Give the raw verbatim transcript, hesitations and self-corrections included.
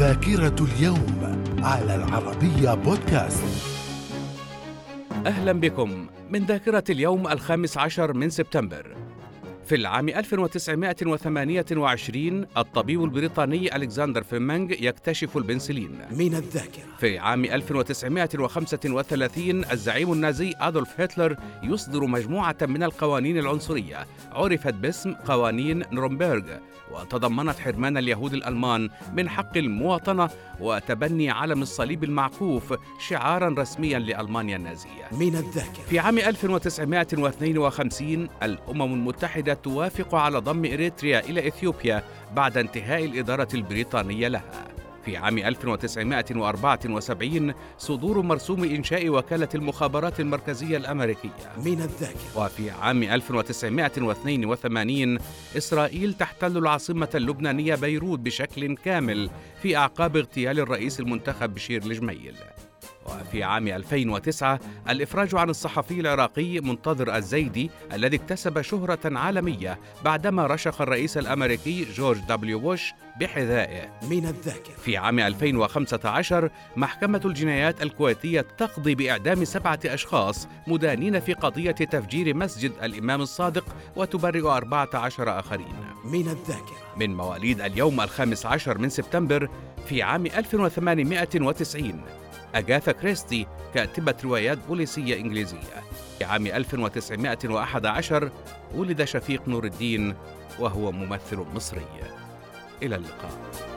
ذاكرة اليوم على العربية بودكاست. أهلا بكم من ذاكرة اليوم الخامس عشر من سبتمبر. في العام ألف وتسعمائة وثمانية وعشرين الطبيب البريطاني ألكسندر فليمنغ يكتشف البنسلين. من الذاكرة. في عام ألف وتسعمائة وخمسة وثلاثين الزعيم النازي أدولف هتلر يصدر مجموعة من القوانين العنصرية عرفت باسم قوانين نورنبرغ، وتضمنت حرمان اليهود الألمان من حق المواطنة وتبني علم الصليب المعكوف شعاراً رسمياً لألمانيا النازية. من الذاكرة. في عام ألف وتسعمائة واثنين وخمسين الأمم المتحدة توافق على ضم إريتريا إلى إثيوبيا بعد انتهاء الإدارة البريطانية لها. في عام ألف وتسعمائة وأربعة وسبعين صدور مرسوم إنشاء وكالة المخابرات المركزية الأمريكية. من الذاكرة. وفي عام ألف وتسعمائة واثنين وثمانين إسرائيل تحتل العاصمة اللبنانية بيروت بشكل كامل في أعقاب اغتيال الرئيس المنتخب بشير الجميل. وفي عام ألفين وتسعة الإفراج عن الصحفي العراقي منتظر الزيدي الذي اكتسب شهرة عالمية بعدما رشق الرئيس الأمريكي جورج دبليو بوش بحذائه. من الذاكرة. في عام ألفين وخمسة عشر محكمة الجنايات الكويتية تقضي بإعدام سبعة أشخاص مدانين في قضية تفجير مسجد الإمام الصادق وتبرئ أربعة عشر آخرين. من الذاكرة. من مواليد اليوم الخامس عشر من سبتمبر في عام ألف وثمانمائة وتسعين أغاثا كريستي كاتبة روايات بوليسية إنجليزية. في عام ألف وتسعمائة وأحد عشر ولد شفيق نور الدين وهو ممثل مصري. إلى اللقاء.